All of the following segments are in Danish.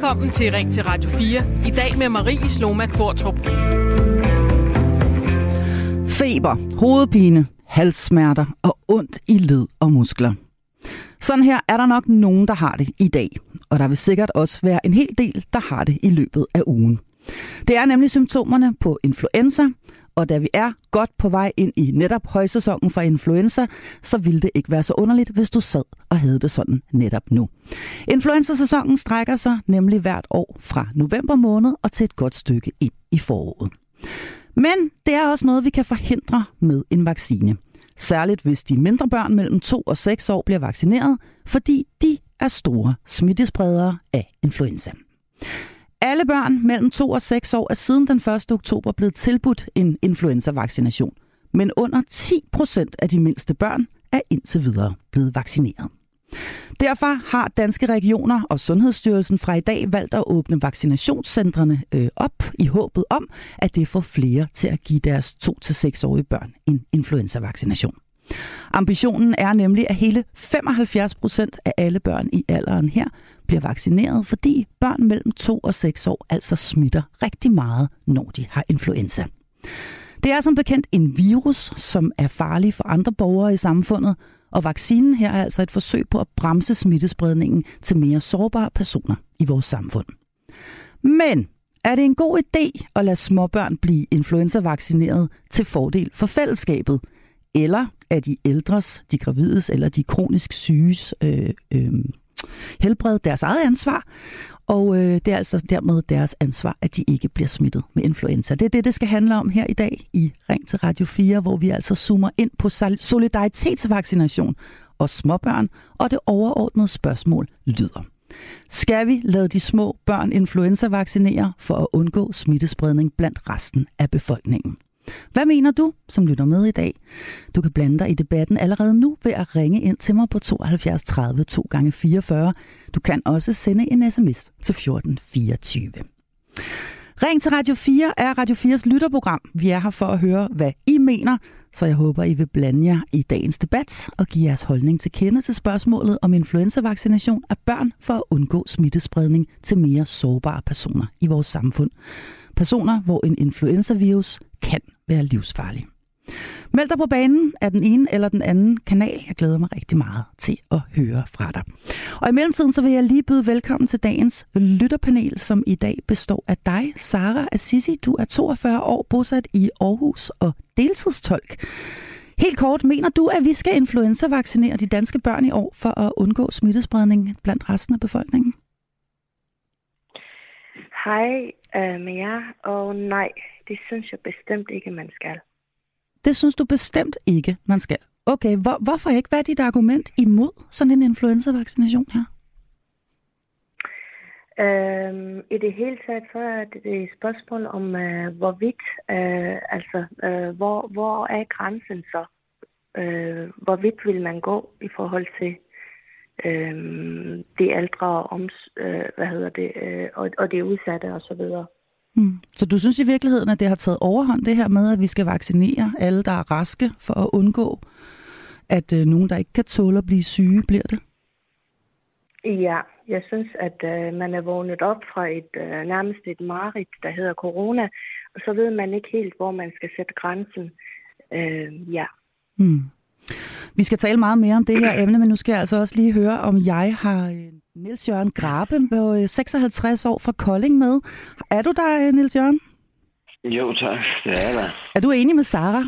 Velkommen til Ring til Radio 4. I dag med Marie Sloma Kvartrup. Feber, hovedpine, halssmerter og ondt i led og muskler. Sådan her er der nok nogen, der har det i dag. Og der vil sikkert også være en hel del, der har det i løbet af ugen. Det er nemlig symptomerne på influenza. Og da vi er godt på vej ind i netop højsæsonen for influenza, så ville det ikke være så underligt, hvis du sad og havde det sådan netop nu. Influenza-sæsonen strækker sig nemlig hvert år fra november måned og til et godt stykke ind i foråret. Men det er også noget, vi kan forhindre med en vaccine. Særligt hvis de mindre børn mellem 2 og 6 år bliver vaccineret, fordi de er store smittespredere af influenza. Alle børn mellem 2 og 6 år er siden den 1. oktober blevet tilbudt en influenza-vaccination. Men under 10% af de mindste børn er indtil videre blevet vaccineret. Derfor har Danske Regioner og Sundhedsstyrelsen fra i dag valgt at åbne vaccinationscentrene op i håbet om, at det får flere til at give deres 2-6-årige børn en influenza-vaccination. Ambitionen er nemlig, at hele 75% af alle børn i alderen her bliver vaccineret, fordi børn mellem 2 og 6 år altså smitter rigtig meget, når de har influenza. Det er som bekendt en virus, som er farlig for andre borgere i samfundet, og vaccinen her er altså et forsøg på at bremse smittespredningen til mere sårbare personer i vores samfund. Men er det en god idé at lade småbørn blive influenza-vaccineret til fordel for fællesskabet? Eller er de ældres, de gravides eller de kronisk syges helbred deres eget ansvar? Og det er altså dermed deres ansvar, at de ikke bliver smittet med influenza. Det er det skal handle om her i dag i Ring til Radio 4, hvor vi altså zoomer ind på solidaritetsvaccination og småbørn, og det overordnede spørgsmål lyder: skal vi lade de små børn influenza-vaccinere for at undgå smittespredning blandt resten af befolkningen? Hvad mener du, som lytter med i dag? Du kan blande dig i debatten allerede nu ved at ringe ind til mig på 72 30 2x44. Du kan også sende en sms til 1424. Ring til Radio 4 er Radio 4's lytterprogram. Vi er her for at høre, hvad I mener, så jeg håber, I vil blande jer i dagens debat og give jeres holdning til kende til spørgsmålet om influenza-vaccination af børn for at undgå smittespredning til mere sårbare personer i vores samfund. Personer, hvor en influenzavirus kan være livsfarlig. Meld dig på banen af den ene eller den anden kanal. Jeg glæder mig rigtig meget til at høre fra dig. Og i mellemtiden så vil jeg lige byde velkommen til dagens lytterpanel, som i dag består af dig, Sara Assisi. Du er 42 år, bosat i Aarhus og deltidstolk. Helt kort, mener du, at vi skal influenza-vaccinere de danske børn i år for at undgå smittespredning blandt resten af befolkningen? Hej med jer, og nej, det synes jeg bestemt ikke, man skal. Det synes du bestemt ikke, man skal? Okay, hvorfor ikke? Hvad er dit argument imod sådan en influenza-vaccination her? I det hele taget, så er det et spørgsmål om, hvorvidt, hvor er grænsen så? Hvorvidt vil man gå i forhold til de ældre og de udsatte og så videre. Så du synes i virkeligheden, at det har taget overhånd det her med, at vi skal vaccinere alle, der er raske, for at undgå, at nogen, der ikke kan tåle at blive syge, bliver det? Ja, jeg synes, at man er vågnet op fra nærmest et mareridt, der hedder corona, og så ved man ikke helt, hvor man skal sætte grænsen. Ja. Vi skal tale meget mere om det her emne, men nu skal jeg altså også lige høre, om jeg har Niels Jørgen Grabe på 56 år fra Kolding med. Er du der, Niels Jørgen? Jo, tak. Det er der. Er du enig med Sara?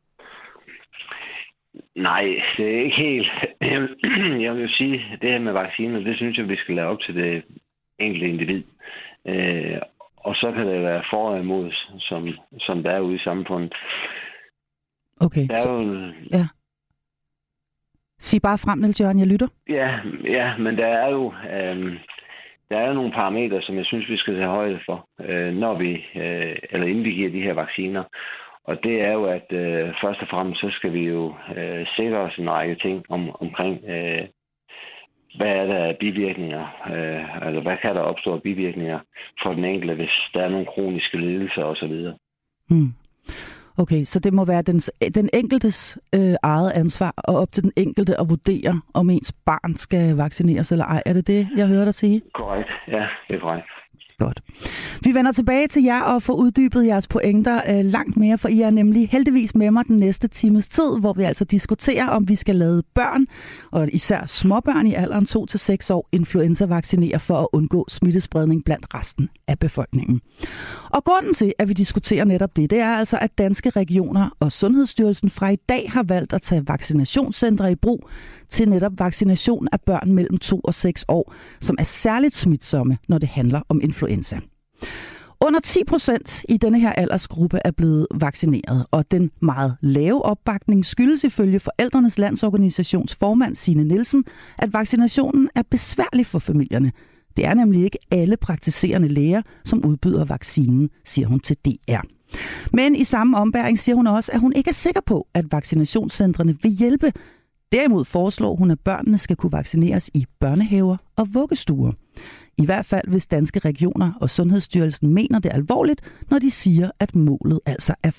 Nej, det er ikke helt. Jeg vil jo sige, at det her med vacciner, det synes jeg, vi skal lade op til det enkelte individ. Og så kan det være for og imod, som der er ude i samfundet. Okay. Ja. Sig bare frem, Niels Jørgen, jeg lytter. Ja, men der er jo nogle parametre, som jeg synes, vi skal tage højde for, når vi inden vi giver de her vacciner. Og det er jo, at først og fremmest, så skal vi jo sikre os en række ting omkring, hvad er der af bivirkninger, altså hvad kan der opstå af bivirkninger for den enkelte, hvis der er nogle kroniske lidelser osv. Okay, så det må være den enkeltes eget ansvar, og op til den enkelte at vurdere, om ens barn skal vaccineres eller ej. Er det det, jeg hører dig sige? Korrekt, ja, det er korrekt. Godt. Vi vender tilbage til jer og får uddybet jeres pointer langt mere, for I er nemlig heldigvis med mig den næste times tid, hvor vi altså diskuterer, om vi skal lade børn, og især småbørn i alderen 2-6 år, influenza-vaccinere for at undgå smittespredning blandt resten af befolkningen. Og grunden til, at vi diskuterer netop det er altså, at Danske Regioner og Sundhedsstyrelsen fra i dag har valgt at tage vaccinationscentre i brug til netop vaccination af børn mellem 2 og 6 år, som er særligt smitsomme, når det handler om influenza. Under 10% i denne her aldersgruppe er blevet vaccineret, og den meget lave opbakning skyldes ifølge Forældrenes Landsorganisations formand Signe Nielsen, at vaccinationen er besværlig for familierne. Det er nemlig ikke alle praktiserende læger, som udbyder vaccinen, siger hun til DR. Men i samme ombæring siger hun også, at hun ikke er sikker på, at vaccinationscentrene vil hjælpe. Derimod foreslår hun, at børnene skal kunne vaccineres i børnehaver og vuggestuer. I hvert fald, hvis Danske Regioner og Sundhedsstyrelsen mener det alvorligt, når de siger, at målet altså er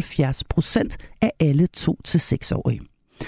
75% af alle 2-6-årige.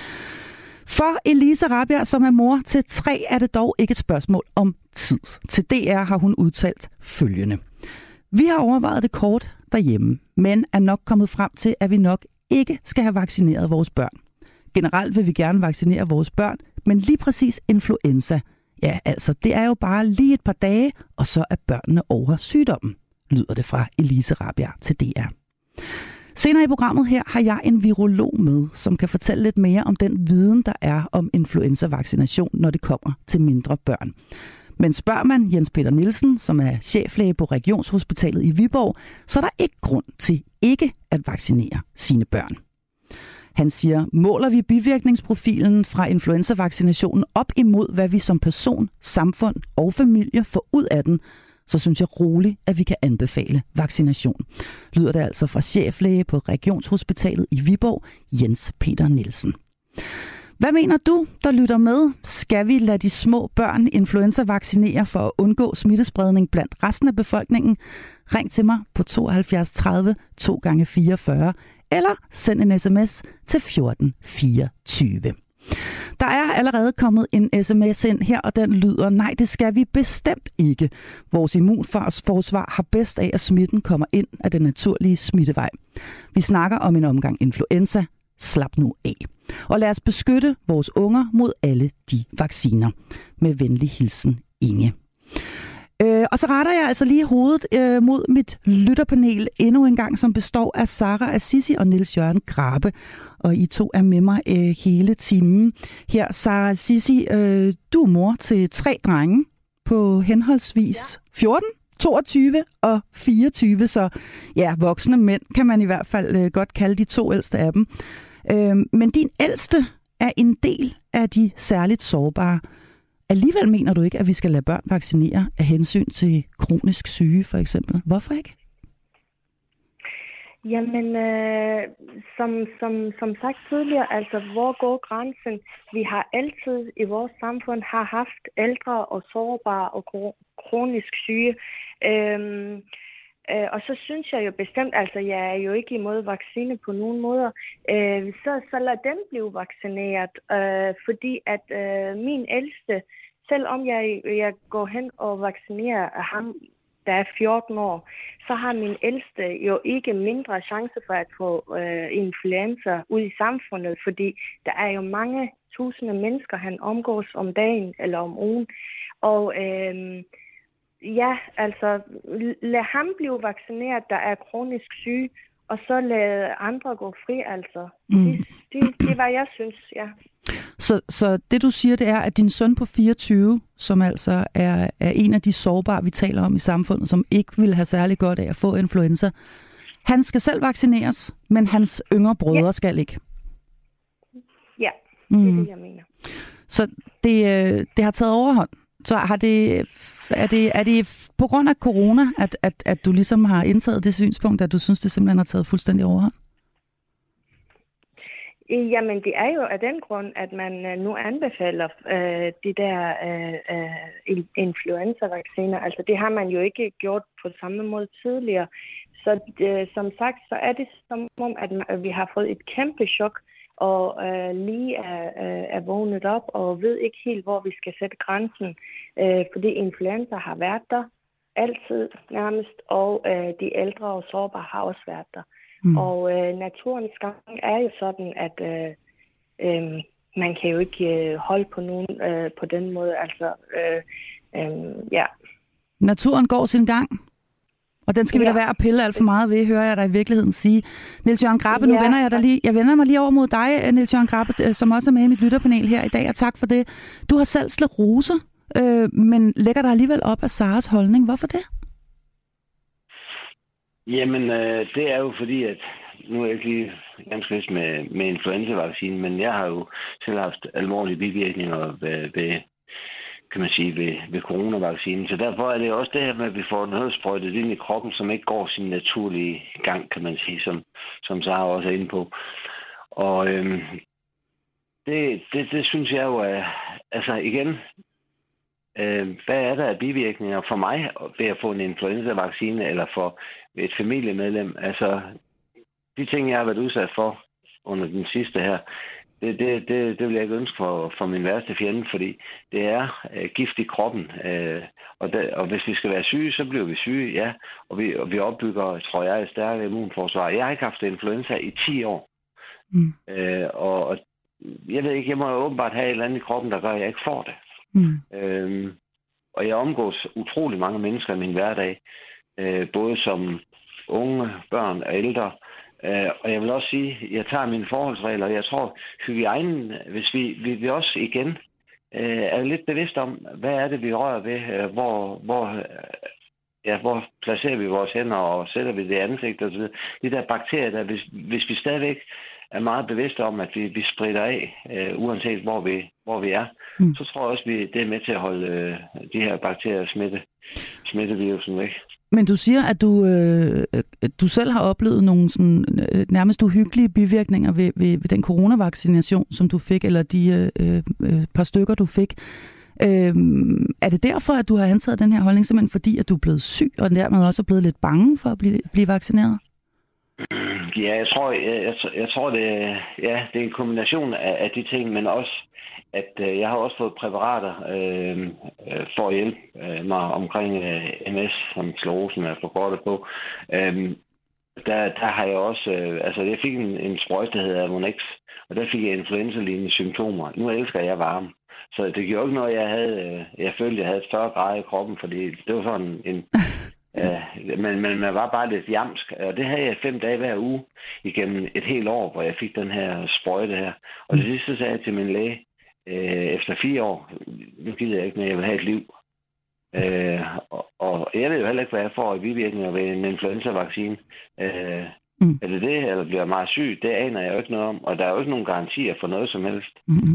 For Elise Rabjerg, som er mor til 3, er det dog ikke et spørgsmål om tid. Til DR har hun udtalt følgende. Vi har overvejet det kort derhjemme, men er nok kommet frem til, at vi nok ikke skal have vaccineret vores børn. Generelt vil vi gerne vaccinere vores børn, men lige præcis influenza, ja altså, det er jo bare lige et par dage, og så er børnene over sygdommen, lyder det fra Elise Rabjerg til DR. Senere i programmet her har jeg en virolog med, som kan fortælle lidt mere om den viden, der er om influenza-vaccination, når det kommer til mindre børn. Men spørger man Jens Peter Nielsen, som er cheflæge på Regionshospitalet i Viborg, så er der ikke grund til ikke at vaccinere sine børn. Han siger, måler vi bivirkningsprofilen fra influenza-vaccinationen op imod, hvad vi som person, samfund og familie får ud af den, så synes jeg roligt, at vi kan anbefale vaccination. Lyder det altså fra cheflæge på Regionshospitalet i Viborg, Jens Peter Nielsen. Hvad mener du, der lytter med? Skal vi lade de små børn influenza-vaccinere for at undgå smittespredning blandt resten af befolkningen? Ring til mig på 72 30 2x44 eller send en sms til 1424. Der er allerede kommet en sms ind her, og den lyder, nej, det skal vi bestemt ikke. Vores immunforsvar har bedst af, at smitten kommer ind af den naturlige smittevej. Vi snakker om en omgang influenza. Slap nu af. Og lad os beskytte vores unger mod alle de vacciner. Med venlig hilsen, Inge. Og så retter jeg altså lige hovedet mod mit lytterpanel endnu en gang, som består af Sara Assisi og Niels Jørgen Grabe. Og I to er med mig hele timen. Her, Sara Assisi, du er mor til 3 drenge på henholdsvis 14, 22 og 24. Så ja, voksne mænd kan man i hvert fald godt kalde de 2 ældste af dem. Men din ældste er en del af de særligt sårbare. Alligevel mener du ikke, at vi skal lade børn vaccinere af hensyn til kronisk syge, for eksempel. Hvorfor ikke? Jamen, som sagt tidligere, altså, hvor går grænsen? Vi har altid i vores samfund haft ældre og sårbare og kronisk syge. Og så synes jeg jo bestemt, altså jeg er jo ikke imod vaccine på nogen måder, så lad den blive vaccineret, fordi at min ældste, selvom jeg går hen og vaccinerer ham, der er 14 år, så har min ældste jo ikke mindre chance for at få influenza ud i samfundet, fordi der er jo mange tusinde mennesker, han omgås om dagen eller om ugen. Og ja, altså lad ham blive vaccineret, der er kronisk syg, og så lad andre gå fri, altså. Det er, hvad jeg synes, ja. Så det du siger, det er, at din søn på 24, som altså er en af de sårbare, vi taler om i samfundet, som ikke vil have særlig godt af at få influenza, han skal selv vaccineres, men hans yngre brødre skal ikke? Ja, det er det, jeg mener. Så det har taget overhånd? Så er det på grund af corona, at du ligesom har indtaget det synspunkt, at du synes, det simpelthen har taget fuldstændig overhånd? Jamen, det er jo af den grund, at man nu anbefaler de der influenza-vacciner. Altså, det har man jo ikke gjort på samme måde tidligere. Så som sagt, så er det som om, at vi har fået et kæmpe chok, og lige er vågnet op og ved ikke helt, hvor vi skal sætte grænsen. Fordi influenza har været der altid nærmest, og de ældre og sårbare har også været der. Og naturens gang er jo sådan, at man kan jo ikke holde på nogen på den måde. Altså, ja. Naturen går sin gang, og den skal vi da være at pille alt for meget ved, hører jeg dig i virkeligheden sige. Niels Jørgen Grabbe, nu vender jeg dig lige. Jeg vender mig lige over mod dig, Niels Jørgen Grabbe, som også er med i mit lytterpanel her i dag, og tak for det. Du har selv sklerose, men lægger dig alligevel op af Saras holdning. Hvorfor det? Jamen, det er jo fordi, at nu er jeg ikke lige ganske vist med influenzavaccinen, men jeg har jo selv haft alvorlige bivirkninger ved coronavaccinen. Så derfor er det også det her med, at vi får noget sprøjtet ind i kroppen, som ikke går sin naturlige gang, kan man sige, som Sara også er inde på. Og det synes jeg jo er, altså igen, hvad er der af bivirkninger for mig ved at få en influenzavaccine eller for et familiemedlem? Altså, de ting, jeg har været udsat for under den sidste her, det vil jeg ikke ønske for min værste fjende, fordi det er gift i kroppen. Og hvis vi skal være syge, så bliver vi syge, ja. Og vi opbygger, tror jeg, et stærkt immunforsvar. Jeg har ikke haft influenza i 10 år. Og jeg ved ikke, jeg må jo åbenbart have et eller andet i kroppen, der gør, at jeg ikke får det. Og jeg omgås utrolig mange mennesker i min hverdag, både som unge, børn og ældre. Og jeg vil også sige, at jeg tager mine forholdsregler, og jeg tror, hygiejnen, hvis vi også igen er lidt bevidst om, hvad er det, vi rører ved, hvor placerer vi vores hænder, og sætter vi det i ansigt og så videre. De der bakterier, der, hvis vi stadigvæk er meget bevidste om, at vi spritter af, uanset hvor vi er, så tror jeg også, at det er med til at holde de her bakterier smittevirusen væk. Men du siger, at du selv har oplevet nogle sådan, nærmest uhyggelige bivirkninger ved den coronavaccination, som du fik, eller de par stykker, du fik. Er det derfor, at du har antaget den her holdning, simpelthen fordi, at du er blevet syg, og dermed også er blevet lidt bange for at blive vaccineret? Ja, jeg tror det er en kombination af de ting, men også, at jeg har også fået præparater for at hjælpe mig omkring MS, som sklerosen er forkortet på. Der har jeg også, jeg fik en sprøjte, der hedder Amonex, og der fik jeg influenza-lignende symptomer. Nu elsker jeg varme. Så det gjorde ikke noget, jeg følte, jeg havde 40 grader i kroppen, fordi det var sådan en... men man var bare lidt jamsk, og det havde jeg 5 dage hver uge igennem et helt år, hvor jeg fik den her sprøjte her. Og det sidste sagde jeg til min læge, efter 4 år, nu gider jeg ikke mere, jeg vil have et liv. Og jeg ved jo heller ikke, hvad jeg får i bivirkninger ved en influenzavaccine. Er det det, eller bliver jeg meget syg? Det aner jeg jo ikke noget om, og der er jo ikke nogen garantier for noget som helst.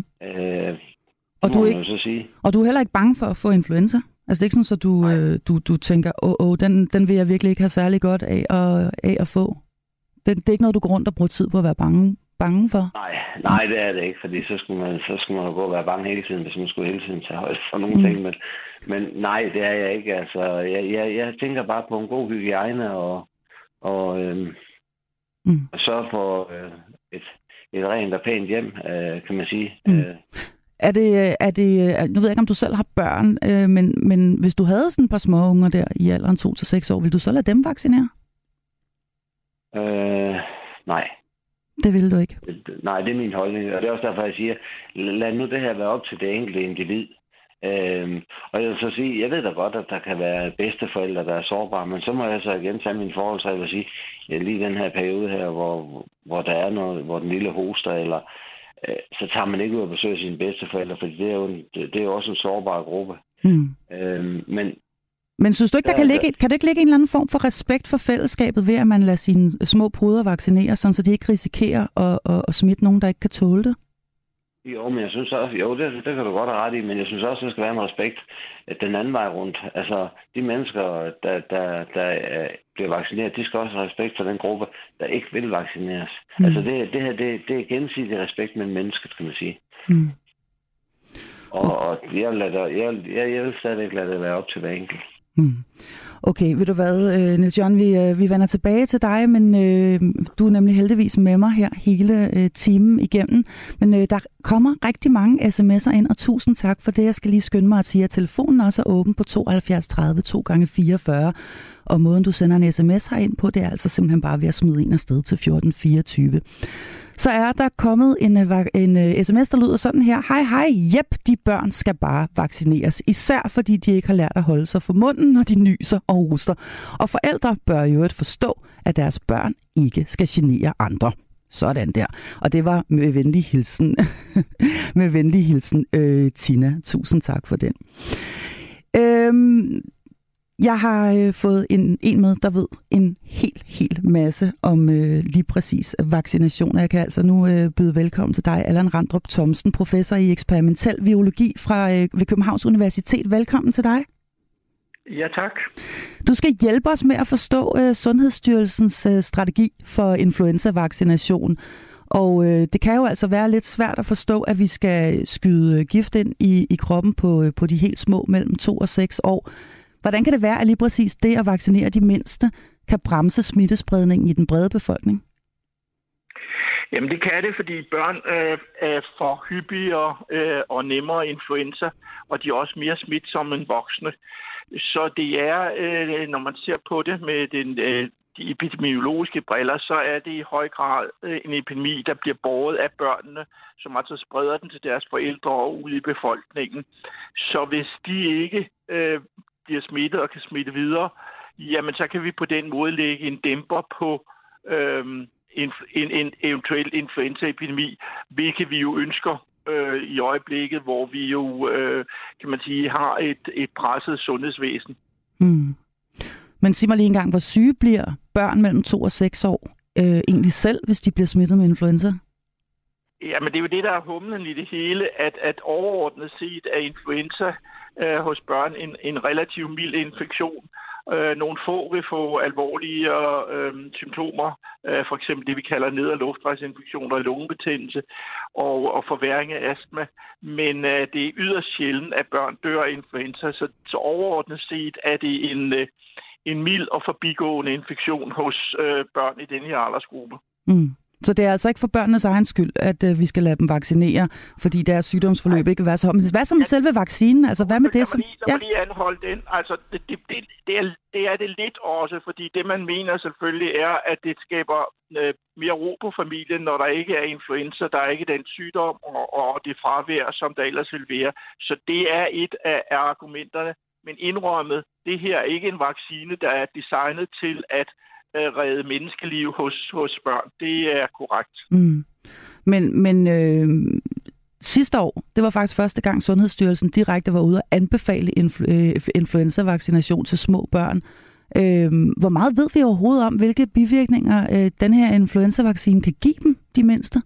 Og du er heller ikke bange for at få influenza? Altså det er ikke sådan, så du tænker, den vil jeg virkelig ikke have særlig godt af at få? Det er ikke noget, du går rundt og bruger tid på at være bange for? Nej, det er det ikke, fordi så skulle man jo gå og være bange hele tiden, hvis man skulle hele tiden tage højde for nogle ting. Men nej, det er jeg ikke. Altså, jeg tænker bare på en god hygiejne og sørge for et rent og pænt hjem, kan man sige. Er det, nu ved jeg ikke, om du selv har børn, men hvis du havde sådan et par små unger der i alderen 2 til 6 år, ville du så lade dem vaccinere? Nej. Det vil du ikke? Nej, det er min holdning, og det er også derfor, jeg siger, lad nu det her være op til det enkelte individ. Og jeg vil så sige, jeg ved da godt, at der kan være bedsteforældre, der er sårbare, men så må jeg så igen tage min forholdsregel og sige, lige den her periode her, hvor der er noget, hvor den lille hoster, eller så tager man ikke ud og besøger sine bedsteforældre, for det er jo også en sårbar gruppe. Men synes du ikke, kan det ikke ligge en eller anden form for respekt for fællesskabet ved, at man lader sine små poder vaccinere, sådan, så de ikke risikerer at smitte nogen, der ikke kan tåle det? Jo, men jeg synes også, det kan du godt have ret i, men jeg synes også, der skal være en respekt den anden vej rundt. Altså, de mennesker, der bliver vaccineret, de skal også have respekt for den gruppe, der ikke vil vaccineres. Altså, det er gensidig respekt mellem mennesker, kan man sige. Og jeg vil stadigvæk lade det være op til hver enkelt. Okay, ved du hvad, Niels Jørgen, vi vender tilbage til dig, men du er nemlig heldigvis med mig her hele timen igennem. Men der kommer rigtig mange sms'er ind, og tusind tak for det. Jeg skal lige skynde mig at sige, at telefonen også er åben på 72 30 2x44. Og måden, du sender en sms herind på, det er altså simpelthen bare ved at smide en afsted til 1424. Så er der kommet en sms, der lyder sådan her. Hej, jep, de børn skal bare vaccineres. Især fordi de ikke har lært at holde sig for munden, når de nyser og hoster. Og forældre bør jo forstå, at deres børn ikke skal genere andre. Sådan der. Og det var med venlig hilsen, Tina. Tusind tak for den. Jeg har fået en med, der ved en helt masse om lige præcis vaccinationer. Jeg kan altså nu byde velkommen til dig, Allan Randrup Thomsen, professor i eksperimentel virologi ved Københavns Universitet. Velkommen til dig. Ja, tak. Du skal hjælpe os med at forstå Sundhedsstyrelsens strategi for influenza-vaccination. Og det kan jo altså være lidt svært at forstå, at vi skal skyde gift ind i kroppen på de helt små mellem 2 og 6 år. Hvordan kan det være, at lige præcis det at vaccinere de mindste kan bremse smittespredningen i den brede befolkning? Jamen det kan det, fordi børn får hyppigere og nemmere influenza, og de er også mere smitsomme end voksne. Så det er, når man ser på det med de epidemiologiske briller, så er det i høj grad en epidemi, der bliver båret af børnene, som altså spreder den til deres forældre og ud i befolkningen. Så hvis de ikke bliver smittet og kan smitte videre, jamen så kan vi på den måde lægge en dæmper på en eventuel influenzaepidemi, hvilket vi jo ønsker i øjeblikket, hvor vi jo, kan man sige, har et presset sundhedsvæsen. Men sig mig lige engang, hvor syge bliver børn mellem 2 og 6 år egentlig selv, hvis de bliver smittet med influenza? Jamen det er jo det, der er humlen i det hele, at overordnet set er influenza hos børn en relativt mild infektion. Nogle få vil få alvorlige symptomer, for eksempel det, vi kalder ned- og luftvejsinfektioner og lungebetændelse og forværring af astma. Men det er yderst sjældent, at børn dør af influenza, så overordnet set er det en mild og forbigående infektion hos børn i denne her aldersgruppe. Så det er altså ikke for børnenes egen skyld, at vi skal lade dem vaccinere, fordi deres sygdomsforløb ikke vil være så højt. Men hvad så med selve vaccinen? Altså, hvad med det? Så må lige anholde den. Altså, det er det lidt også, fordi det, man mener selvfølgelig er, at det skaber mere ro på familien, når der ikke er influenza, der er ikke den sygdom og det fravær, som der ellers vil være. Så det er et af argumenterne. Men indrømmet, det her er ikke en vaccine, der er designet til at redde menneskeliv hos børn. Det er korrekt. Men sidste år, det var faktisk første gang Sundhedsstyrelsen direkte var ude og anbefale influenza-vaccination til små børn. Hvor meget ved vi overhovedet om, hvilke bivirkninger den her influenza-vaccine kan give dem, de mindste?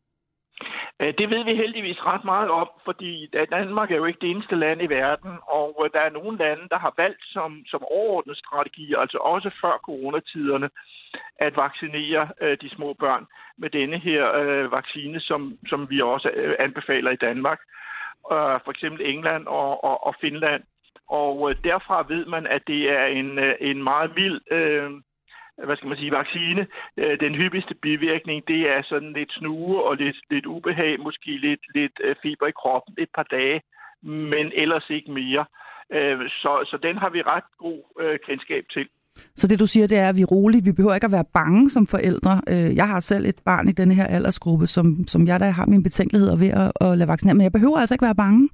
Det ved vi heldigvis ret meget om, fordi Danmark er jo ikke det eneste land i verden, og der er nogle lande, der har valgt som overordnet strategi, altså også før coronatiderne, at vaccinere de små børn med denne her vaccine, som vi også anbefaler i Danmark. For eksempel England og Finland. Og derfra ved man, at det er en meget mild vaccine. Den hyppigste bivirkning, det er sådan lidt snue og lidt ubehag, måske lidt feber i kroppen et par dage, men ellers ikke mere. Så den har vi ret god kendskab til. Så det du siger, det er, at vi er rolige. Vi behøver ikke at være bange som forældre. Jeg har selv et barn i denne her aldersgruppe, som jeg da har mine betænkeligheder ved at lade vaccinere, men jeg behøver altså ikke være bange.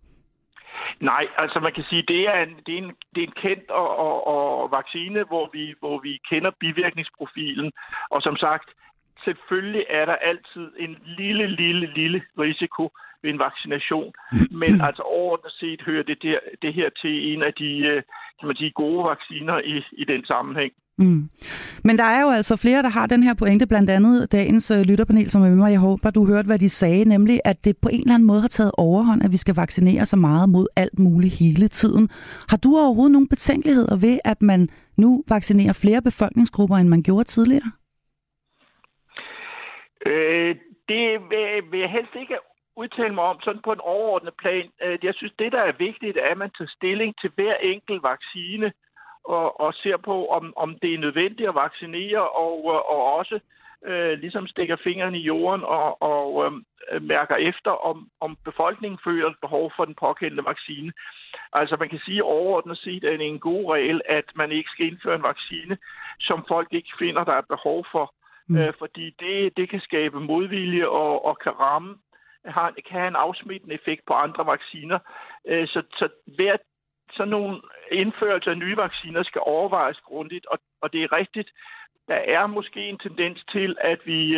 Nej, altså man kan sige, det er en kendt og vaccine, hvor vi kender bivirkningsprofilen. Og som sagt, selvfølgelig er der altid en lille risiko ved en vaccination. Men altså overordnet set hører det her til en af de, kan man sige, gode vacciner i den sammenhæng. Men der er jo altså flere, der har den her pointe, blandt andet dagens lytterpanel, som er med mig. Jeg håber, du hørte, hvad de sagde, nemlig at det på en eller anden måde har taget overhånd, at vi skal vaccinere så meget mod alt muligt hele tiden. Har du overhovedet nogle betænkeligheder ved, at man nu vaccinerer flere befolkningsgrupper, end man gjorde tidligere? Det vil jeg helst ikke udtale mig om sådan på en overordnet plan. Jeg synes, det, der er vigtigt, er, at man tager stilling til hver enkelt vaccine og ser på, om det er nødvendigt at vaccinere, og også ligesom stikker fingrene i jorden og mærker efter, om befolkningen føler et behov for den pågældende vaccine. Altså man kan sige overordnet set, at det er en god regel, at man ikke skal indføre en vaccine, som folk ikke finder, der er behov for. Fordi det kan skabe modvilje og kan ramme, kan have en afsmittende effekt på andre vacciner. Så hver sådan nogle indførelser af nye vacciner skal overvejes grundigt, og det er rigtigt. Der er måske en tendens til, at vi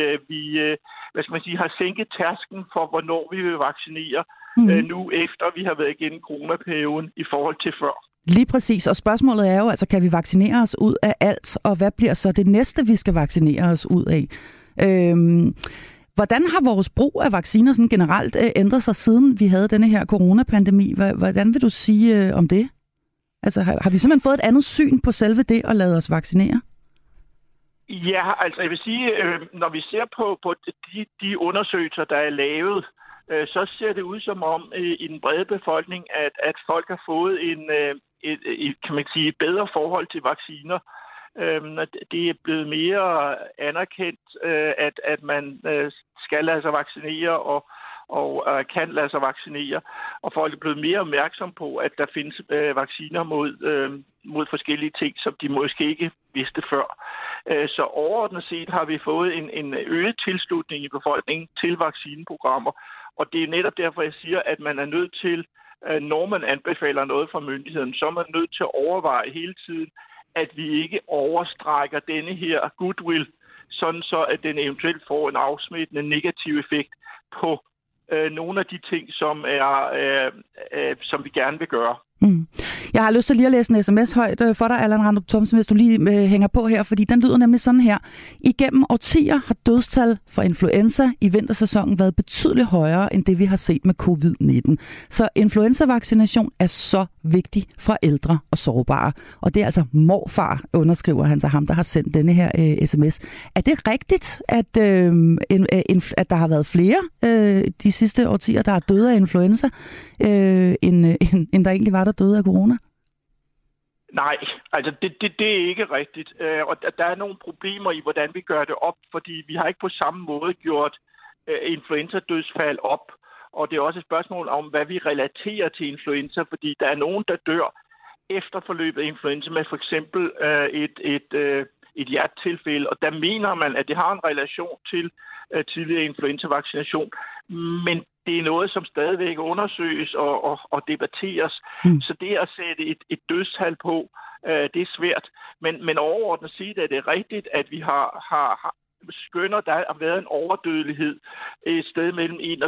har sænket tærsken for, hvornår vi vil vaccinere nu, efter vi har været igennem coronaperioden i forhold til før. Lige præcis, og spørgsmålet er jo, altså kan vi vaccinere os ud af alt, og hvad bliver så det næste, vi skal vaccinere os ud af? Hvordan har vores brug af vacciner sådan generelt ændret sig, siden vi havde denne her coronapandemi? Hvordan vil du sige om det? Altså har vi simpelthen fået et andet syn på selve det at lade os vaccinere? Ja, altså jeg vil sige, når vi ser på de undersøgelser, der er lavet, så ser det ud som om i den brede befolkning, at folk har fået kan man sige, bedre forhold til vacciner. Det er blevet mere anerkendt, at man skal lade sig vaccinere og kan lade sig vaccinere. Og folk er blevet mere opmærksom på, at der findes vacciner mod forskellige ting, som de måske ikke vidste før. Så overordnet set har vi fået en øget tilslutning i befolkningen til vaccineprogrammer. Og det er netop derfor, jeg siger, at man er nødt til, når man anbefaler noget fra myndigheden, så er man nødt til at overveje hele tiden, at vi ikke overstrækker denne her goodwill, sådan så at den eventuelt får en afsmittende negativ effekt på nogle af de ting, som vi gerne vil gøre. Jeg har lyst til lige at læse en sms højt for dig, Allan Randrup Thomsen, hvis du lige hænger på her, fordi den lyder nemlig sådan her. Igennem årtier har dødstal for influenza i vintersæsonen været betydeligt højere end det, vi har set med covid-19. Så influenza-vaccination er så vigtig for ældre og sårbare. Og det er altså morfar, underskriver han sig, ham, der har sendt denne her sms. Er det rigtigt, at der har været flere de sidste årtier, der er døde af influenza, end der egentlig var, der døde af corona? Nej, altså det er ikke rigtigt. Og der er nogle problemer i, hvordan vi gør det op, fordi vi har ikke på samme måde gjort influenza-dødsfald op. Og det er også et spørgsmål om, hvad vi relaterer til influenza, fordi der er nogen, der dør efter forløbet af influenza med for eksempel et hjertetilfælde, og der mener man, at det har en relation til tidligere influenza-vaccination, men det er noget, som stadigvæk undersøges og debatteres. Så det at sætte et dødstal på, det er svært. Men overordnet set er det rigtigt, at vi har skønner, der har været en overdødelighed et sted mellem 1 og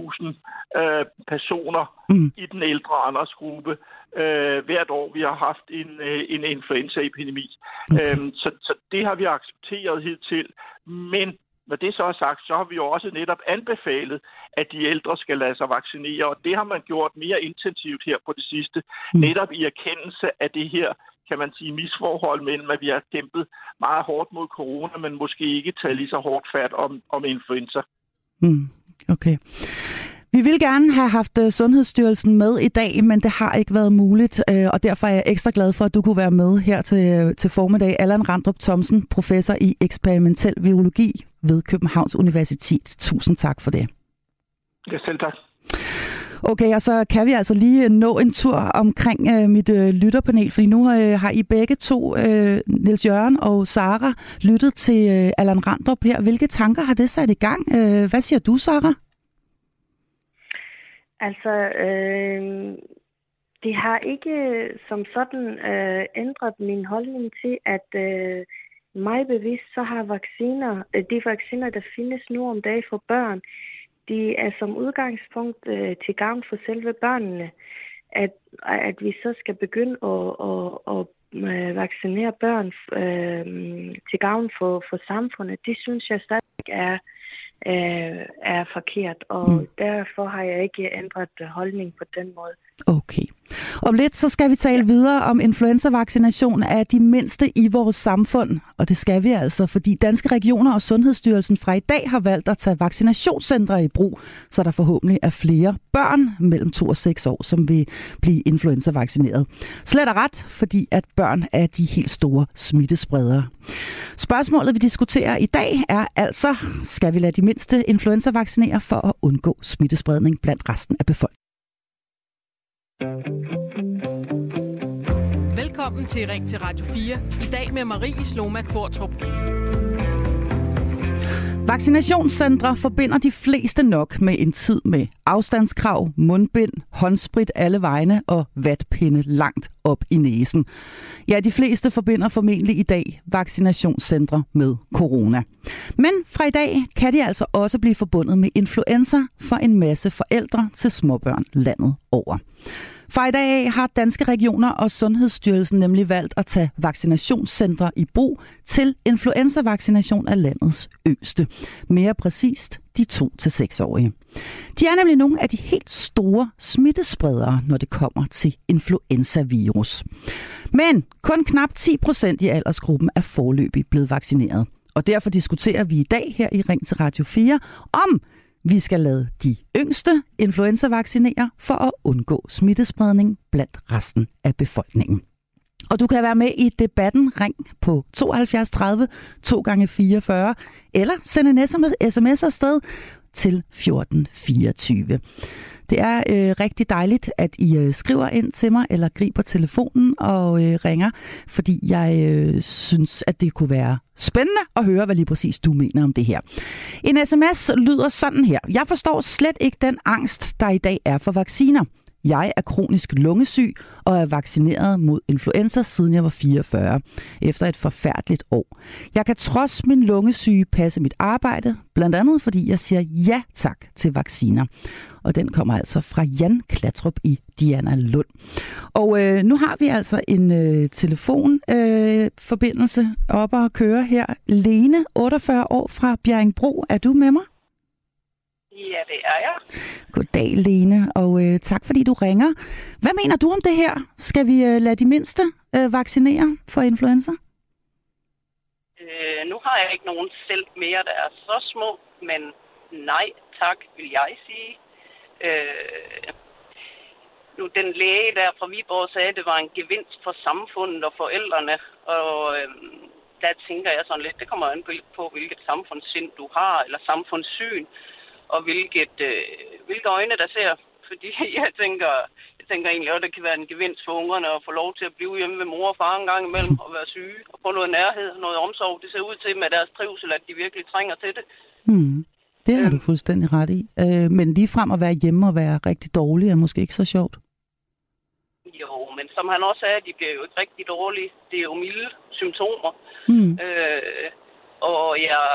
2.000 personer i den ældre aldersgruppe hvert år, vi har haft en influenzaepidemi. Okay. Så det har vi accepteret hidtil. Men når det så er sagt, så har vi jo også netop anbefalet, at de ældre skal lade sig vaccinere, og det har man gjort mere intensivt her på det sidste. Netop i erkendelse af det her, kan man sige, misforhold mellem, at vi har kæmpet meget hårdt mod corona, men måske ikke taget lige så hårdt fat om influenza. Okay. Vi ville gerne have haft Sundhedsstyrelsen med i dag, men det har ikke været muligt, og derfor er jeg ekstra glad for, at du kunne være med her til formiddag. Allan Randrup Thomsen, professor i eksperimentel virologi ved Københavns Universitet. Tusind tak for det. Ja, selv tak. Okay, og så kan vi altså lige nå en tur omkring mit lytterpanel, fordi nu har I begge to, Niels Jørgen og Sara, lyttet til Allan Randrup her. Hvilke tanker har det sat i gang? Hvad siger du, Sara? Altså, det har ikke som sådan ændret min holdning til, at mig bevidst, så har de vacciner, der findes nu om dagen for børn, de er som udgangspunkt til gavn for selve børnene. At vi så skal begynde at vaccinere børn til gavn for samfundet, det synes jeg stadig er forkert, og derfor har jeg ikke ændret holdning på den måde. Okay. Om lidt så skal vi tale videre om influenza-vaccination af de mindste i vores samfund. Og det skal vi altså, fordi Danske Regioner og Sundhedsstyrelsen fra i dag har valgt at tage vaccinationscentre i brug, så der forhåbentlig er flere børn mellem 2 og 6 år, som vil blive influenza-vaccineret. Slet og ret, fordi at børn er de helt store smittespredere. Spørgsmålet, vi diskuterer i dag, er altså, skal vi lade de mindste influenza-vaccinere for at undgå smittespredning blandt resten af befolkningen? Velkommen til Ring til Radio 4. I dag med Marie Sloma Kvartrup. Vaccinationscentre forbinder de fleste nok med en tid med afstandskrav, mundbind, håndsprit alle vegne og vatpinde langt op i næsen. Ja, de fleste forbinder formentlig i dag vaccinationscentre med corona. Men fra i dag kan de altså også blive forbundet med influenza for en masse forældre til småbørn landet over. Fra i dag af har Danske Regioner og Sundhedsstyrelsen nemlig valgt at tage vaccinationscentre i brug til influenza-vaccination af landets yngste. Mere præcist de 2-6-årige. De er nemlig nogle af de helt store smittespredere, når det kommer til influenzavirus. Men kun knap 10% i aldersgruppen er foreløbig blevet vaccineret. Og derfor diskuterer vi i dag her i Ring til Radio 4 om vi skal lade de yngste influenza-vaccinere for at undgå smittespredning blandt resten af befolkningen. Og du kan være med i debatten. Ring på 72 30 2x44 eller send en sms afsted til 1424. Det er rigtig dejligt, at I skriver ind til mig eller griber telefonen og ringer, fordi jeg synes, at det kunne være spændende at høre, hvad lige præcis du mener om det her. En sms lyder sådan her. Jeg forstår slet ikke den angst, der i dag er for vacciner. Jeg er kronisk lungesyg og er vaccineret mod influenza siden jeg var 44, efter et forfærdeligt år. Jeg kan trods min lungesyge passe mit arbejde, blandt andet fordi jeg siger ja tak til vacciner. Og den kommer altså fra Jan Klatrup i Diana Lund. Og nu har vi altså en telefonforbindelse op og køre her. Lene, 48 år fra Bjerringbro. Er du med mig? Ja, det er jeg. Goddag, Lene, og tak fordi du ringer. Hvad mener du om det her? Skal vi lade de mindste vaccinere for influenza? Nu har jeg ikke nogen selv mere, der er så små, men nej tak, vil jeg sige. Nu den læge der fra Viborg sagde, at det var en gevinst for samfundet og forældrene, og der tænker jeg sådan lidt, det kommer an på, hvilket samfundssind du har, eller samfundssyn, og hvilke øjne der ser. Fordi jeg tænker egentlig, at det kan være en gevinst for ungerne at få lov til at blive hjemme ved mor og far en gang imellem og være syge og få noget nærhed, noget omsorg. Det ser ud til med deres trivsel, at de virkelig trænger til det. Det har du fuldstændig ret i. Men ligefrem at være hjemme og være rigtig dårlig er måske ikke så sjovt. Jo, men som han også sagde, de bliver jo ikke rigtig dårlige. Det er jo milde symptomer. Og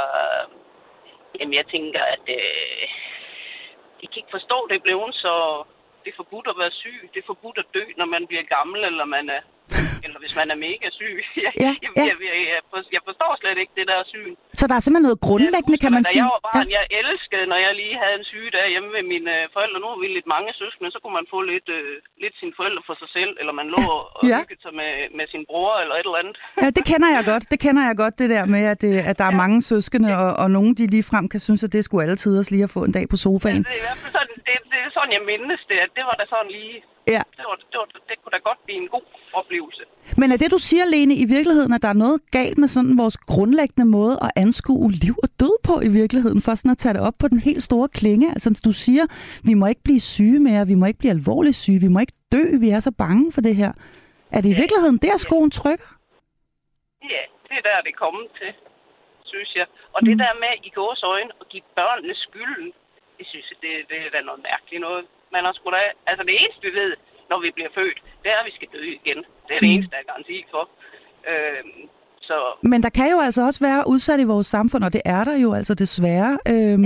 jeg tænker, at jeg kan ikke forstå, det blev så det er forbudt at være syg. Det er forbudt at dø, når man bliver gammel, eller hvis man er mega syg. Jeg forstår slet ikke det der syn. Så der er simpelthen noget grundlæggende, kan man sige? Da jeg var barn, jeg elskede, når jeg lige havde en sygedag hjemme ved mine forældre. Nu er vi lidt mange søskende, så kunne man få lidt sine forældre for sig selv, eller man lå og hyggede sig med sin bror, eller et eller andet. Ja, det kender jeg godt. Det kender jeg godt, det der med, at der er mange søskende, og nogen, de ligefrem kan synes, at det skulle alle tiders lige at få en dag på sofaen. Ja, det er i hvert fald sådan, det er sådan, jeg mindes det. Det var da sådan lige... Ja. Det kunne da godt blive en god oplevelse. Men er det, du siger, Lene, i virkeligheden, at der er noget galt med sådan vores grundlæggende måde at anskue liv og død på i virkeligheden, for sådan at tage det op på den helt store klinge? Altså, du siger, vi må ikke blive syge mere, vi må ikke blive alvorligt syge, vi må ikke dø, vi er så bange for det her. Er det i virkeligheden der, skoen trykker? Ja, det er der, det kommer til, synes jeg. Og det der med i gåseøjne at give børnene skylden, det synes jeg, det er da noget mærkeligt noget. Man har sgu da... Altså det eneste, vi ved, når vi bliver født, det er, at vi skal dø igen. Det er det eneste, der er garanti for. Men der kan jo altså også være udsat i vores samfund, og det er der jo altså desværre,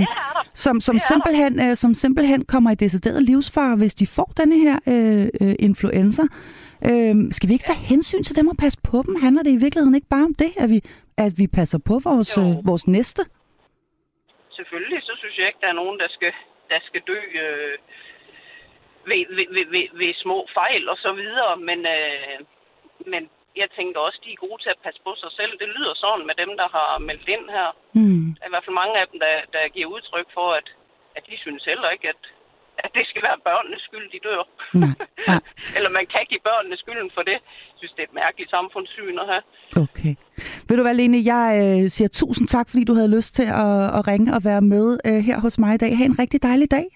som simpelthen kommer i decideret livsfare, hvis de får denne her influenza. Skal vi ikke tage hensyn til dem og passe på dem? Handler det i virkeligheden ikke bare om det, at vi passer på vores næste? Selvfølgelig, så synes jeg ikke, der er nogen, der skal dø ved små fejl og så videre, men jeg tænker også, de er gode til at passe på sig selv. Det lyder sådan med dem, der har meldt ind her. Der er i hvert fald mange af dem, der giver udtryk for, at de synes heller ikke, at det skal være børnenes skyld, de dør. Nej. Eller man kan give børnene skylden for det. Jeg synes, det er et mærkeligt samfundssyn at have. Okay. Ved du hvad, Lene, jeg siger tusind tak, fordi du havde lyst til at ringe og være med her hos mig i dag. Ha' en rigtig dejlig dag.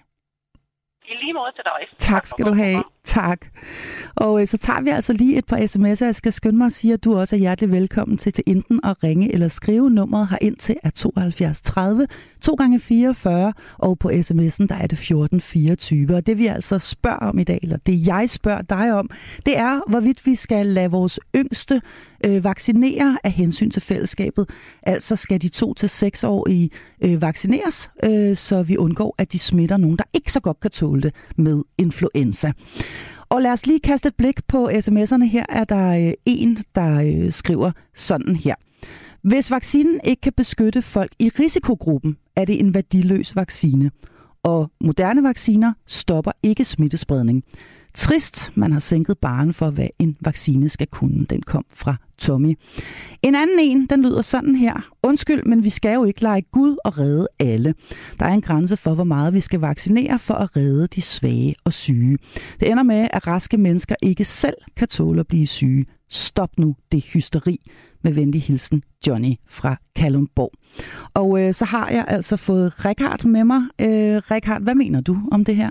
I lige måde til dig. Tak skal du have. Tak. Og så tager vi altså lige et par sms'er. Jeg skal skynde mig at sige, at du også er hjertelig velkommen til enten at ringe eller skrive. Nummeret herind til er 72 30 2 gange 44, og på sms'en der er det 1424. Og det vi altså spørger om i dag, eller det jeg spørger dig om, det er, hvorvidt vi skal lade vores yngste vaccinere af hensyn til fællesskabet. Altså skal de 2-6-årige vaccineres, så vi undgår, at de smitter nogen, der ikke så godt kan tåle det med influenza. Og lad os lige kaste et blik på sms'erne. Her er der en, der skriver sådan her. Hvis vaccinen ikke kan beskytte folk i risikogruppen, er det en værdiløs vaccine. Og moderne vacciner stopper ikke smittespredning. Trist, man har sænket barren for, hvad en vaccine skal kunne. Den kom fra Tommy. En anden en, den lyder sådan her. Undskyld, men vi skal jo ikke lege Gud og redde alle. Der er en grænse for, hvor meget vi skal vaccinere for at redde de svage og syge. Det ender med, at raske mennesker ikke selv kan tåle at blive syge. Stop nu det hysteri. Med venlig hilsen, Johnny fra Kalundborg. Og så har jeg altså fået Richard med mig. Richard, hvad mener du om det her?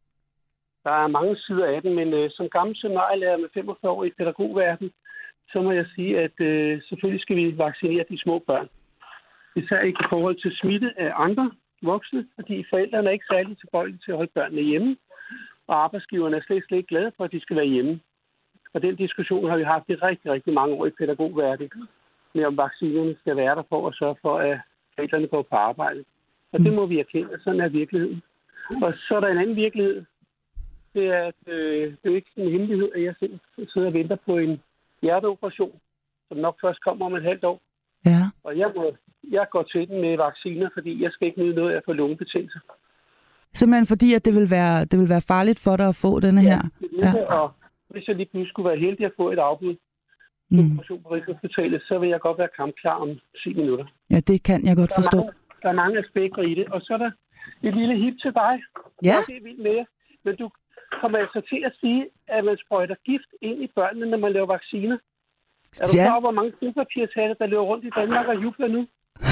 Der er mange sider af den, men som gammel seminarielærer med 45 år i pædagogverden, så må jeg sige, at selvfølgelig skal vi vaccinere de små børn. Især ikke i forhold til smitte af andre voksne, fordi forældrene er ikke særlig tilbøjelige til at holde børnene hjemme, og arbejdsgiverne er slet ikke glade for, at de skal være hjemme. Og den diskussion har vi haft i rigtig, rigtig mange år i pædagogverden, med om vaccinerne skal være der for at sørge for, at forældrene går på arbejde. Og det må vi erkende, at sådan er virkeligheden. Og så er der en anden virkelighed. Det er, at det er ikke en hemmelighed, at jeg sidder og venter på en hjerteoperation, som nok først kommer om et halvt år. Ja. Og jeg går til den med vacciner, fordi jeg skal ikke nyde noget af at få lungebetændelse. Simpelthen fordi, at det vil være farligt for dig at få denne her? Ja. Og hvis jeg lige pludselig skulle være heldig at få et afbud operation på Rigshospitalet, så vil jeg godt være kampklar om 10 minutter. Ja, det kan jeg godt forstå. Der er mange aspekter i det, og så er der et lille hip til dig. Ja. Det er vildt med jer. Men du kommer altså til at sige, at man sprøjter gift ind i børnene, når man laver vacciner. Er du klar over, hvor mange sølvpapirshatte, der løber rundt i Danmark og jubler nu?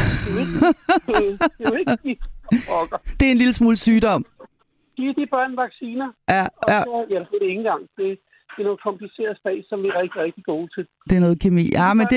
Det er jo ikke gift. Det er en lille smule sygdom. Giv de børn vacciner. Ja. Og så, det er ikke engang. Det er noget kompliceret spas, som vi er rigtig, rigtig gode til. Det er noget kemi. Ja, men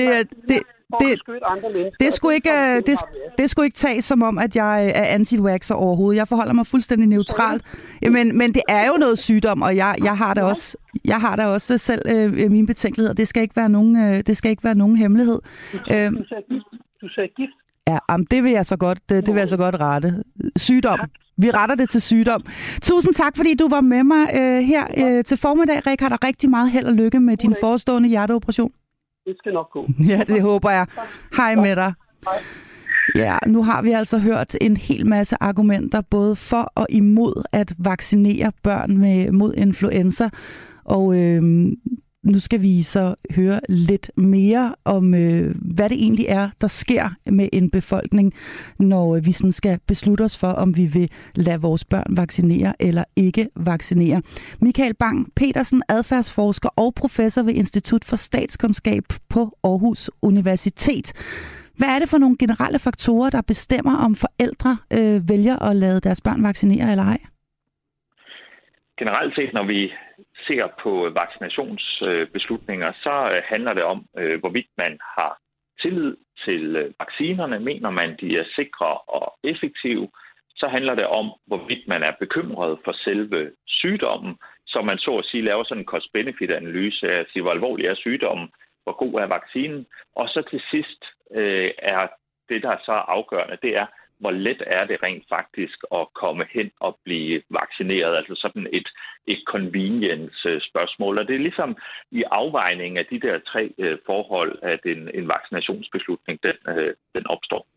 det skulle ikke tages som om, at jeg er anti-vaxxer overhovedet. Jeg forholder mig fuldstændig neutralt. Men det er jo noget sygdom, og jeg har da også selv mine betænkeligheder. Det skal ikke være nogen hemmelighed. Du sagde gift. Ja, det vil jeg så godt rette. Sygdom. Vi retter det til sygdom. Tusind tak, fordi du var med mig her til formiddag, Richard, og rigtig meget held og lykke med din forestående hjerteoperation. Det skal nok gå. Ja, det håber jeg. Hej med dig. Hej. Ja, nu har vi altså hørt en hel masse argumenter, både for og imod at vaccinere børn mod influenza. Og nu skal vi så høre lidt mere om, hvad det egentlig er, der sker med en befolkning, når vi sådan skal beslutte os for, om vi vil lade vores børn vaccinere eller ikke vaccinere. Michael Bang-Petersen, adfærdsforsker og professor ved Institut for Statskundskab på Aarhus Universitet. Hvad er det for nogle generelle faktorer, der bestemmer, om forældre vælger at lade deres børn vaccinere eller ej? Generelt set, når vi ser på vaccinationsbeslutninger, så handler det om, hvorvidt man har tillid til vaccinerne. Mener man, de er sikre og effektive, så handler det om, hvorvidt man er bekymret for selve sygdommen, så man så at sige laver sådan en cost-benefit-analyse af at sige, hvor alvorlig er sygdommen, hvor god er vaccinen. Og så til sidst er det, der er så afgørende, det er, hvor let er det rent faktisk at komme hen og blive vaccineret. Altså sådan et convenience-spørgsmål. Og det er ligesom i afvejningen af de der tre forhold, at en vaccinationsbeslutning den opstår.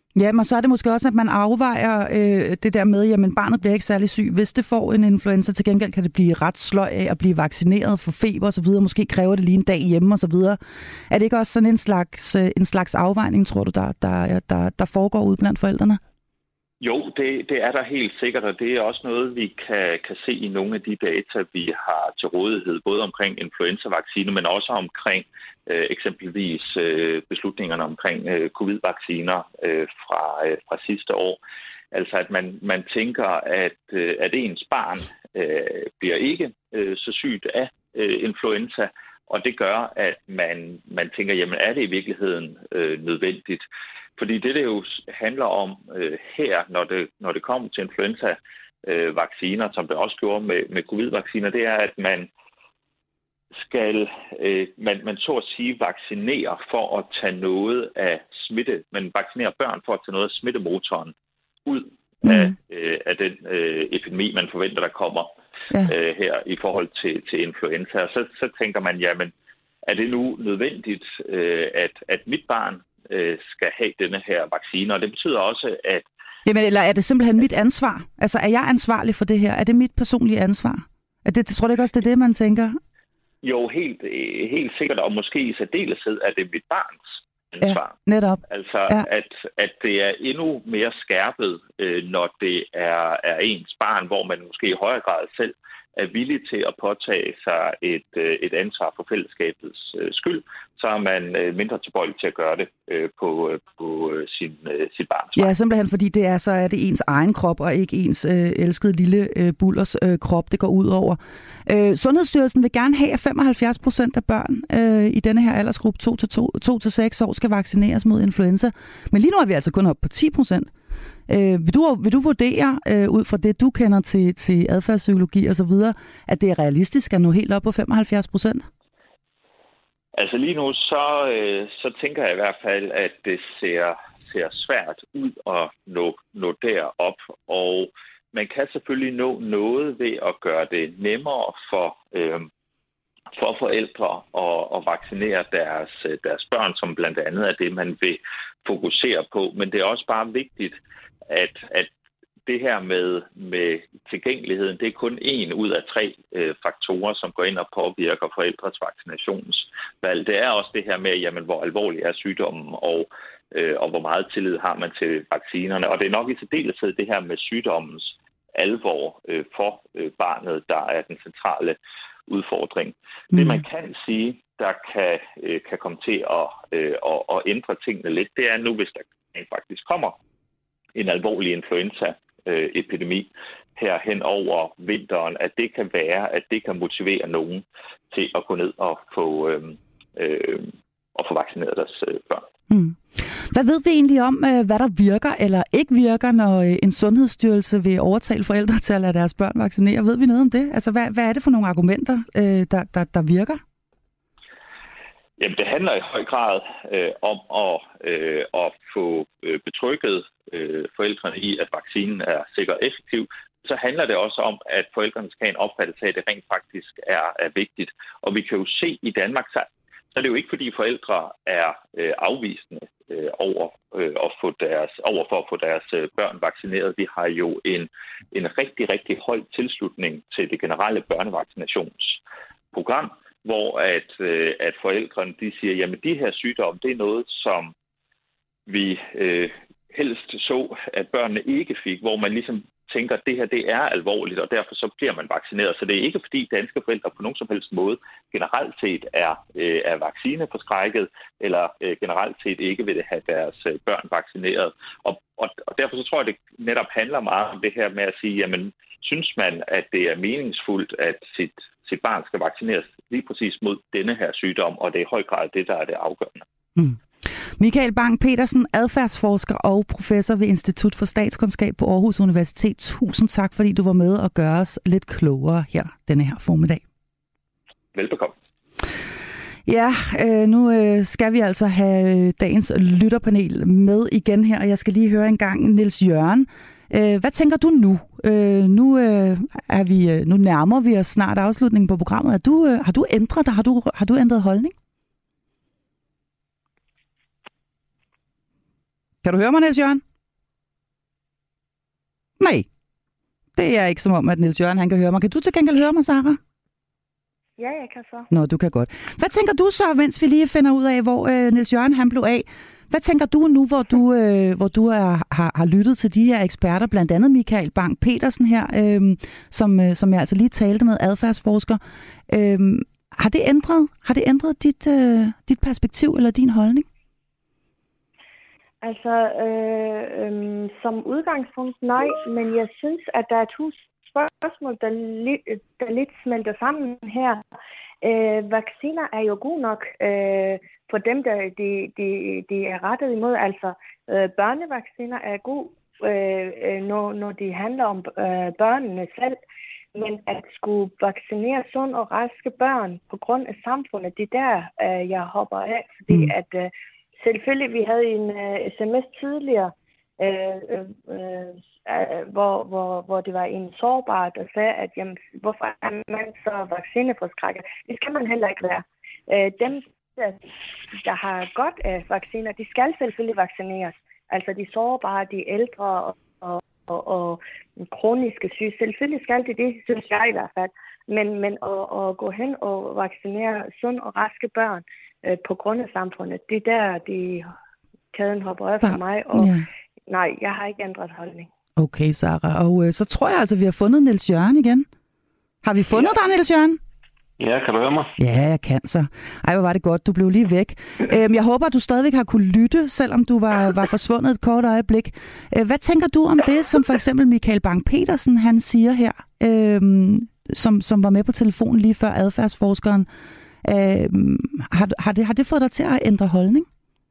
Ja, men så er det måske også, at man afvejer det der med, jamen barnet bliver ikke særlig syg. Hvis det får en influenza, til gengæld kan det blive ret sløj af at blive vaccineret for feber og så videre. Måske kræver det lige en dag hjemme og så videre. Er det ikke også sådan en slags afvejning, tror du, der foregår ude blandt forældrene? Jo, det er der helt sikkert, og det er også noget, vi kan se i nogle af de data, vi har til rådighed, både omkring influenza-vacciner, men også omkring eksempelvis beslutningerne omkring covid-vacciner fra sidste år. Altså at man tænker, at ens barn bliver ikke så sygt af influenza, og det gør, at man tænker, jamen er det i virkeligheden nødvendigt? Fordi det jo handler om her, når det kommer til influenza-vacciner, som det også gjorde med covid-vacciner, det er, at man så at sige vaccinere for at tage noget af smitte. Man vaccinerer børn for at tage noget af smittemotoren ud af den epidemi, man forventer, der kommer her i forhold til influenza. Og så tænker man, jamen, er det nu nødvendigt, at mit barn skal have denne her vaccine? Og det betyder også, at... Jamen, eller er det simpelthen mit ansvar? Altså, er jeg ansvarlig for det her? Er det mit personlige ansvar? Tror du ikke også, det er det, man tænker? Jo, helt sikkert, og måske i særdeleshed er det mit barns ansvar. Ja, netop. Altså, at det er endnu mere skærpet, når det er ens barn, hvor man måske i højere grad selv er villig til at påtage sig et ansvar for fællesskabets skyld, så er man mindre tilbøjelig til at gøre det på sit barns vej. Ja, simpelthen fordi så er det ens egen krop, og ikke ens elskede lille bullers krop, det går ud over. Sundhedsstyrelsen vil gerne have, at 75% af børn i denne her aldersgruppe 2-6 år skal vaccineres mod influenza. Men lige nu er vi altså kun oppe på 10%. Vil du vurdere, ud fra det, du kender til adfærdspsykologi og så videre, at det er realistisk at nå helt op på 75%? Altså lige nu, så tænker jeg i hvert fald, at det ser svært ud at nå derop. Og man kan selvfølgelig nå noget ved at gøre det nemmere for forældre at vaccinere deres børn, som blandt andet er det, man vil fokusere på. Men det er også bare vigtigt, at det her med tilgængeligheden, det er kun 1 ud af 3 faktorer, som går ind og påvirker forældres vaccinationsvalg. Det er også det her med, jamen, hvor alvorlig er sygdommen, og hvor meget tillid har man til vaccinerne. Og det er nok i særdeleshed det her med sygdommens alvor for barnet, der er den centrale udfordring. Det man kan sige, der kan komme til at ændre tingene lidt, det er nu, hvis der faktisk kommer en alvorlig influenza-epidemi her hen over vinteren, at det kan være, at det kan motivere nogen til at gå ned og få vaccineret deres børn. Hvad ved vi egentlig om, hvad der virker eller ikke virker, når en sundhedsstyrelse vil overtale forældre til at lade deres børn vaccinere? Ved vi noget om det? Altså, hvad er det for nogle argumenter, der virker? Jamen, det handler i høj grad om at få betrygget forældrene i, at vaccinen er sikker og effektiv. Så handler det også om, at forældrene skal have en opfattelse af, at det rent faktisk er vigtigt. Og vi kan jo se i Danmark, så er det jo ikke, fordi forældre er afvisende over for at få deres børn vaccineret. Vi har jo en rigtig, rigtig høj tilslutning til det generelle børnevaccinationsprogram, hvor at forældrene de siger, jamen de her sygdomme, det er noget, som vi helst så, at børnene ikke fik, hvor man ligesom tænker, at det her det er alvorligt, og derfor så bliver man vaccineret. Så det er ikke, fordi danske forældre på nogen som helst måde generelt set er vaccineforskrækket, eller generelt set ikke vil have deres børn vaccineret. Og derfor så tror jeg, det netop handler meget om det her med at sige, jamen, synes man, at det er meningsfuldt, at sit barn skal vaccineres lige præcis mod denne her sygdom, og det er i høj grad det, der er det afgørende. Michael Bang-Petersen, adfærdsforsker og professor ved Institut for Statskundskab på Aarhus Universitet. Tusind tak, fordi du var med og gør os lidt klogere her denne her formiddag. Velbekomme. Ja, nu skal vi altså have dagens lytterpanel med igen her, og jeg skal lige høre en gang Niels Jørgen. Hvad tænker du nu? Nu nærmer vi os snart afslutningen på programmet. Har du ændret dig? Har du ændret holdning? Kan du høre mig, Niels Jørgen? Nej. Det er ikke som om, at Niels Jørgen han kan høre mig. Kan du til gengæld høre mig, Sara? Ja, jeg kan så. Nå, du kan godt. Hvad tænker du så, mens vi lige finder ud af, hvor Niels Jørgen han blev af? Hvad tænker du nu, hvor du har lyttet til de her eksperter, blandt andet Michael Bang Petersen her, som jeg altså lige talte med, adfærdsforsker. Har det ændret dit perspektiv eller din holdning? Altså, som udgangspunkt nej, men jeg synes, at der er to spørgsmål, der lidt smelter sammen her. Vacciner er jo gode nok for dem, der de er rettet imod. Altså, børnevacciner er gode, når de handler om børnene selv. Men at skulle vaccinere sund og raske børn på grund af samfundet, det er der, jeg hopper af. Fordi at selvfølgelig, vi havde en sms tidligere, hvor det var en sårbar, der sagde, at jamen, hvorfor er man så vaccineforskrækket? Det skal man heller ikke være. Dem, der har godt af vacciner, de skal selvfølgelig vaccineres. Altså de sårbare, de ældre og kroniske syge. Selvfølgelig skal det, synes jeg i hvert fald. Men at gå hen og vaccinere sund og raske børn på grund af samfundet, det er der, kæden hopper af for mig. Og nej, jeg har ikke ændret holdning. Okay, Sara. Og så tror jeg altså, vi har fundet Niels Jørgen igen. Har vi fundet dig, Niels Jørgen? Ja, kan du høre mig? Ja, jeg kan så. Ej, hvor var det godt. Du blev lige væk. Jeg håber, at du stadigvæk har kunne lytte, selvom du var forsvundet et kort øjeblik. Hvad tænker du om det, som for eksempel Michael Bang Petersen, han siger her, som var med på telefonen lige før, adfærdsforskeren? Har det fået dig til at ændre holdning?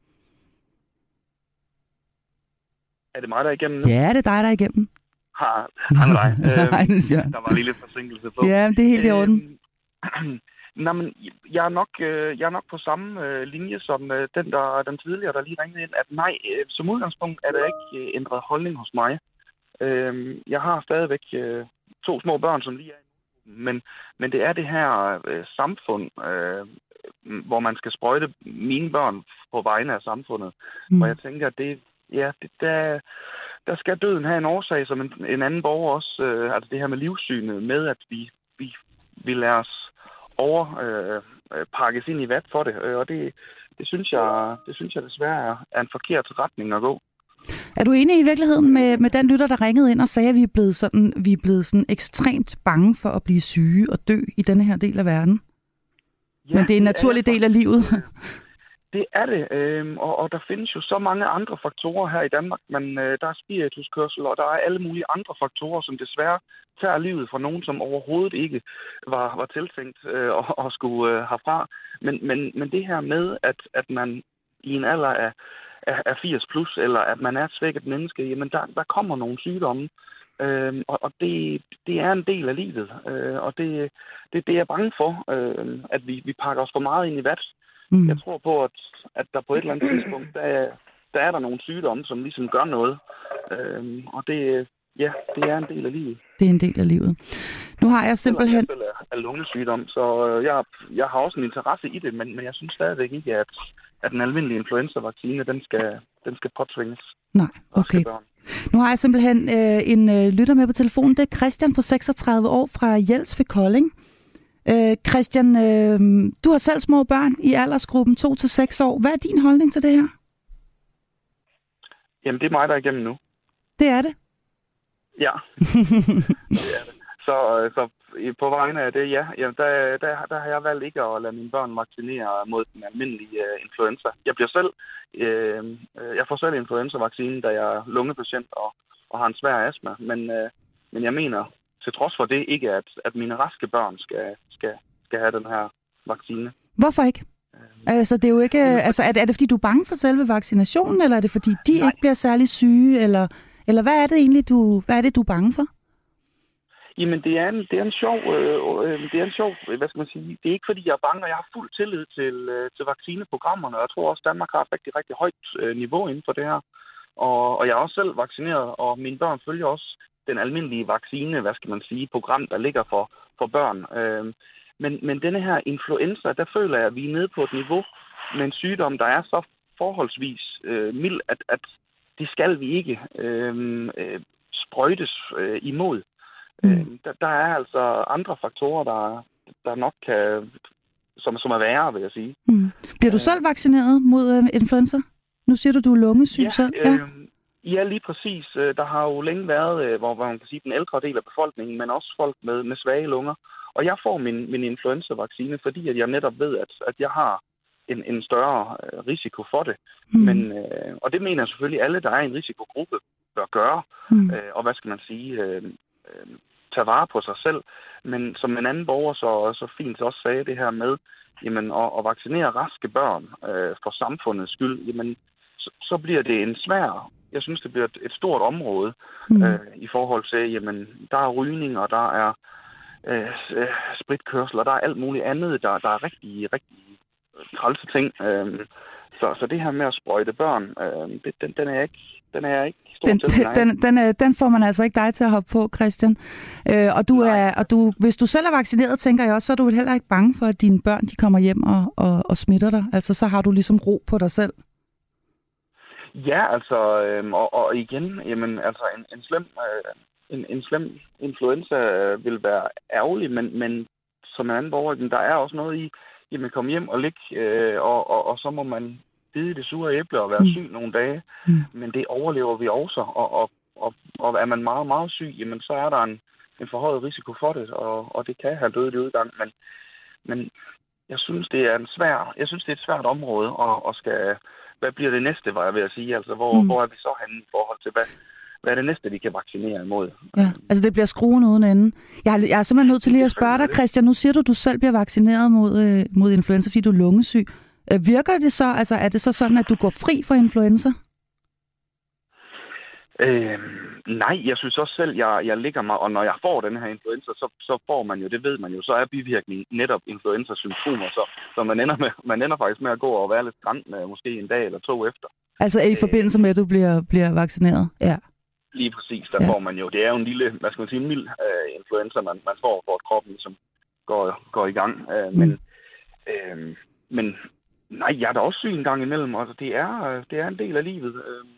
Er det mig, der er igennem nu? Ja, det er dig, der er igennem. Hej med dig. Der var lige lidt forsinkelse på. Ja, det er helt i orden. Nå, men jeg er nok på samme linje som den tidligere, der lige ringede ind, at nej, som udgangspunkt er der ikke ændret holdning hos mig. Jeg har stadigvæk 2 små børn, som lige er men det er det her samfund, hvor man skal sprøjte mine børn på vegne af samfundet. Og jeg tænker, at der skal døden have en årsag, som en anden borger også, altså det her med livssynet, med at vi lader os pakkes ind i vat for det. Og det synes jeg desværre er en forkert retning at gå. Er du enig i virkeligheden med den lytter, der ringede ind og sagde, at vi er blevet sådan ekstremt bange for at blive syge og dø i denne her del af verden? Ja, men det er en naturlig del af livet. Det er det, og der findes jo så mange andre faktorer her i Danmark, men der er spirituskørsel, og der er alle mulige andre faktorer, som desværre tager livet fra nogen, som overhovedet ikke var tiltænkt at skulle herfra. Men det her med, at man i en alder af 80 plus, eller at man er et svækket menneske, jamen der kommer nogle sygdomme, og det er en del af livet, og det er jeg bange for, at vi pakker os for meget ind i vat. Jeg tror på, at der på et eller andet tidspunkt, der er der nogle sygdomme, som ligesom gør noget. Og det er en del af livet. Det er en del af livet. Nu har jeg simpelthen... Jeg er lungesygdom, så jeg har også en interesse i det, men jeg synes stadigvæk ikke, at den almindelige influenza-vaccine, den skal påtvinges. Nej, okay. Nu har jeg simpelthen en lytter med på telefonen. Det er Christian på 36 år fra Jels ved Kolding. Christian, du har selv små børn i aldersgruppen 2 til 6 år. Hvad er din holdning til det her? Jamen, det er mig, der er igennem nu. Det er det? Ja, det er det. Så på vegne af det, ja. Jamen, der har jeg valgt ikke at lade mine børn vaccinere mod den almindelige influenza. Jeg får selv influenza-vaccinen, da jeg er lungepatient og har en svær astma. Men jeg mener, til trods for det, ikke at mine raske børn skal have den her vaccine. Hvorfor ikke? Altså, det er jo ikke... Altså, er det fordi, du er bange for selve vaccinationen, eller er det fordi, de ikke bliver særlig syge, eller hvad er det egentlig, du er bange for? Jamen, det er en sjov, hvad skal man sige, det er ikke fordi, jeg er bange, og jeg har fuld tillid til vaccineprogrammerne, og jeg tror også, Danmark har et rigtig, rigtig højt niveau inden for det her. Og jeg er også selv vaccineret, og mine børn følger også den almindelige vaccine, hvad skal man sige, program, der ligger for børn. Men denne her influenza, der føler jeg, at vi er nede på et niveau med en sygdom, der er så forholdsvis mild, det skal vi ikke sprøjtes imod. Der er altså andre faktorer, der nok kan, som er værre, vil jeg sige. Bliver du selv vaccineret mod influenza? Nu siger du er lungesyg selv. Ja, lige præcis. Der har jo længe været, hvor man kan sige, den ældre del af befolkningen, men også folk med svage lunger. Og jeg får min influenza-vaccine, fordi at jeg netop ved, at jeg har en større risiko for det. Men, og det mener jeg selvfølgelig, alle, der er i en risikogruppe, bør gøre. Og hvad skal man sige, tage vare på sig selv. Men som en anden borger så fint også sagde det her med, jamen, at vaccinere raske børn for samfundets skyld, jamen, så bliver det en svær... Jeg synes, det bliver et stort område i forhold til, jamen, der er rygning, og der er spritkørsel, og der er alt muligt andet, der er rigtig, rigtig trælse ting. Så det her med at sprøjte børn, den er jeg ikke stor til. Den får man altså ikke dig til at hoppe på, Christian. Hvis du selv er vaccineret, tænker jeg også, så er du heller ikke bange for, at dine børn de kommer hjem og smitter dig. Altså, så har du ligesom ro på dig selv. Ja, altså, og igen, jamen, altså, en slem influenza vil være ærgerlig, men som en anden borger, der er også noget i, jamen, komme hjem og ligge, og så må man bide det sure æble og være syg nogle dage, men det overlever vi også, og er man meget, meget syg, jamen, så er der en forhøjet risiko for det, og det kan have dødelig udgang, men jeg synes, det er et svært område, og skal... Hvad bliver det næste, var jeg ved at sige? Altså, hvor er vi så henne i forhold til, hvad er det næste, vi kan vaccinere imod? Ja, altså det bliver skruen uden ende. Jeg er simpelthen nødt til lige at spørge dig, Christian. Nu siger du selv bliver vaccineret mod influenza, fordi du er lungesyg. Virker det så? Altså, er det så sådan, at du går fri for influenza? Nej, jeg synes også selv, jeg ligger mig, og når jeg får den her influenza, så får man jo, det ved man jo, så er bivirkningen netop influenza-symptomer, så man ender faktisk med at gå og være lidt skræmt med måske en dag eller to efter. Altså i forbindelse med, at du bliver vaccineret? Ja. Lige præcis, der får man jo, det er jo en lille, hvad skal man sige, mild influenza, man får for at kroppen ligesom går i gang. Men nej, jeg er da også syg en gang imellem, altså det er en del af livet.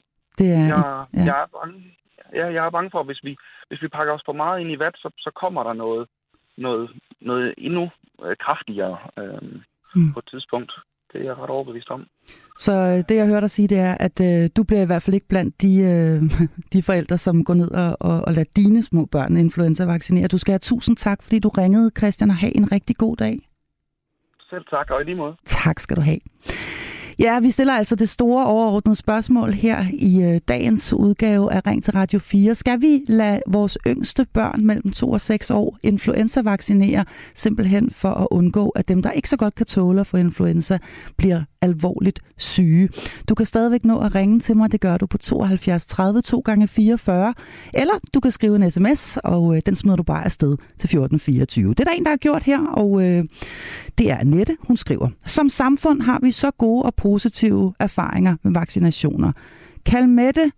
Jeg er bange for, at hvis vi pakker os for meget ind i vat, så kommer der noget endnu kraftigere på et tidspunkt. Det er jeg ret overbevist om. Så det, jeg hører dig sige, det er, at du bliver i hvert fald ikke blandt de forældre, som går ned og lader dine små børn influenza-vaccinere. Du skal have 1000 tak, fordi du ringede, Christian, og have en rigtig god dag. Selv tak, og i lige måde. Tak skal du have. Ja, vi stiller altså det store overordnede spørgsmål her i dagens udgave af Ring til Radio 4. Skal vi lade vores yngste børn mellem 2 og 6 år influenza-vaccinere, simpelthen for at undgå, at dem, der ikke så godt kan tåle at få influenza, bliver alvorligt syge? Du kan stadigvæk nå at ringe til mig. Det gør du på 72 30 2 gange 44. Eller du kan skrive en sms, og den smider du bare afsted til 1424. Det er der en, der har gjort her, og det er Annette. Hun skriver: som samfund har vi så gode og positive erfaringer med vaccinationer. Kalmette,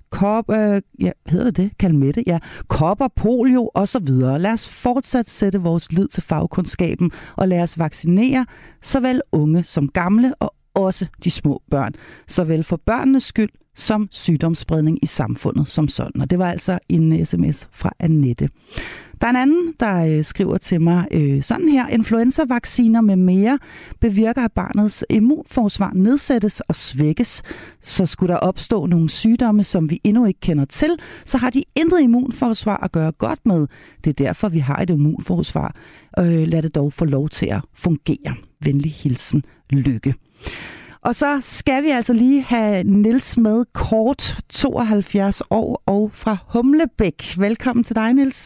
kopper, polio osv. Lad os fortsat sætte vores lid til fagkundskaben, og lad os vaccinere såvel unge som gamle, og også de små børn. Såvel for børnenes skyld som sygdomsspredning i samfundet som sådan. Og det var altså en sms fra Annette. Der er en anden, der skriver til mig sådan her: influenza-vacciner med mere bevirker, at barnets immunforsvar nedsættes og svækkes. Så skulle der opstå nogle sygdomme, som vi endnu ikke kender til, så har de intet immunforsvar at gøre godt med. Det er derfor, vi har et immunforsvar. Lad det dog få lov til at fungere. Venlig hilsen, Lykke. Og så skal vi altså lige have Niels med kort, 72 år og fra Humlebæk. Velkommen til dig, Niels.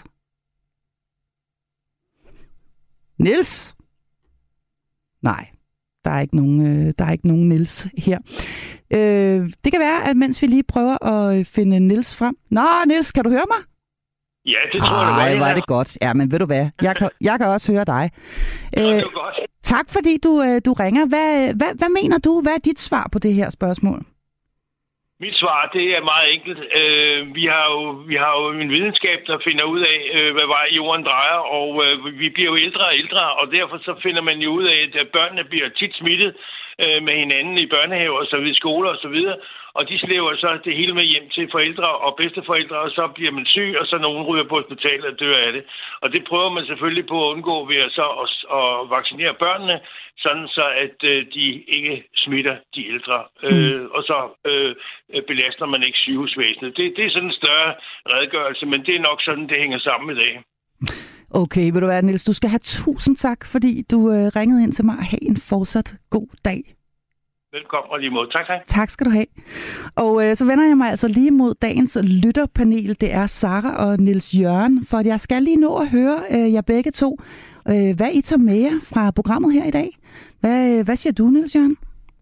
Niels? Nej, der er ikke nogen Niels her. Det kan være, at mens vi lige prøver at finde Niels frem. Nå, Niels, kan du høre mig? Ja, det tror jeg. Nej, var det godt. Ja, men ved du hvad? Jeg kan også høre dig. Det er godt. Tak fordi du ringer. Hvad mener du? Hvad er dit svar på det her spørgsmål? Mit svar, det er meget enkelt. Vi har jo en videnskab, der finder ud af, hvad vej jorden drejer, og vi bliver jo ældre og ældre, og derfor så finder man jo ud af, at børnene bliver tit smittet med hinanden i børnehaver og så videre, skoler og så videre. Og de slæver så det hele med hjem til forældre og bedsteforældre, og så bliver man syg, og så nogen ryger på hospitalet og dør af det. Og det prøver man selvfølgelig på at undgå ved at vaccinere børnene, sådan så at de ikke smitter de ældre. Og så belaster man ikke sygehusvæsenet. Det er sådan en større redegørelse, men det er nok sådan, det hænger sammen i dag. Okay, vil du være, Niels? Du skal have 1000 tak, fordi du ringede ind til mig. Ha' en fortsat god dag. Velkommen og lige mod. Tak. Tak skal du have. Og så vender jeg mig altså lige mod dagens lytterpanel. Det er Sara og Niels Jørgen, for jeg skal lige nå at høre jer begge to, hvad I tager med jer fra programmet her i dag. Hvad siger du, Niels Jørgen?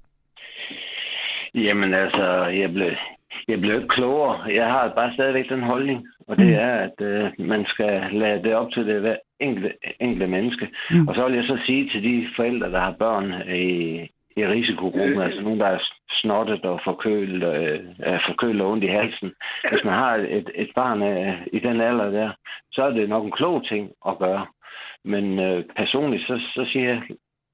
Jamen altså, jeg blev ikke klogere. Jeg har bare stadigvæk den holdning, og det er, at man skal lade det op til det enkelte menneske. Og så vil jeg så sige til de forældre, der har børn i risikogruppen, altså nogen, der er snottet og forkølet og ondt i halsen. Hvis man har et barn i den alder der, så er det nok en klog ting at gøre. Men personligt, så siger jeg,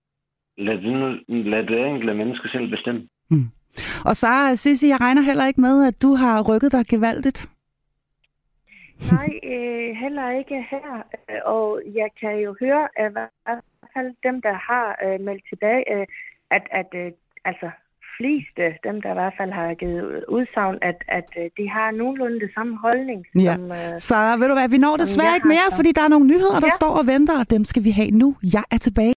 lad det enkelte menneske selv bestemme. Og så, Sissi, jeg regner heller ikke med, at du har rykket dig gevaldigt. Nej, heller ikke her. Og jeg kan jo høre, at i hvert fald dem, der har meldt tilbage, at altså fleste, dem der i hvert fald har givet udsagn, at de har nogenlunde det samme holdning. Ja. Så ved du hvad, vi når desværre ikke mere, fordi der er nogle nyheder, der står og venter, og dem skal vi have nu. Jeg er tilbage.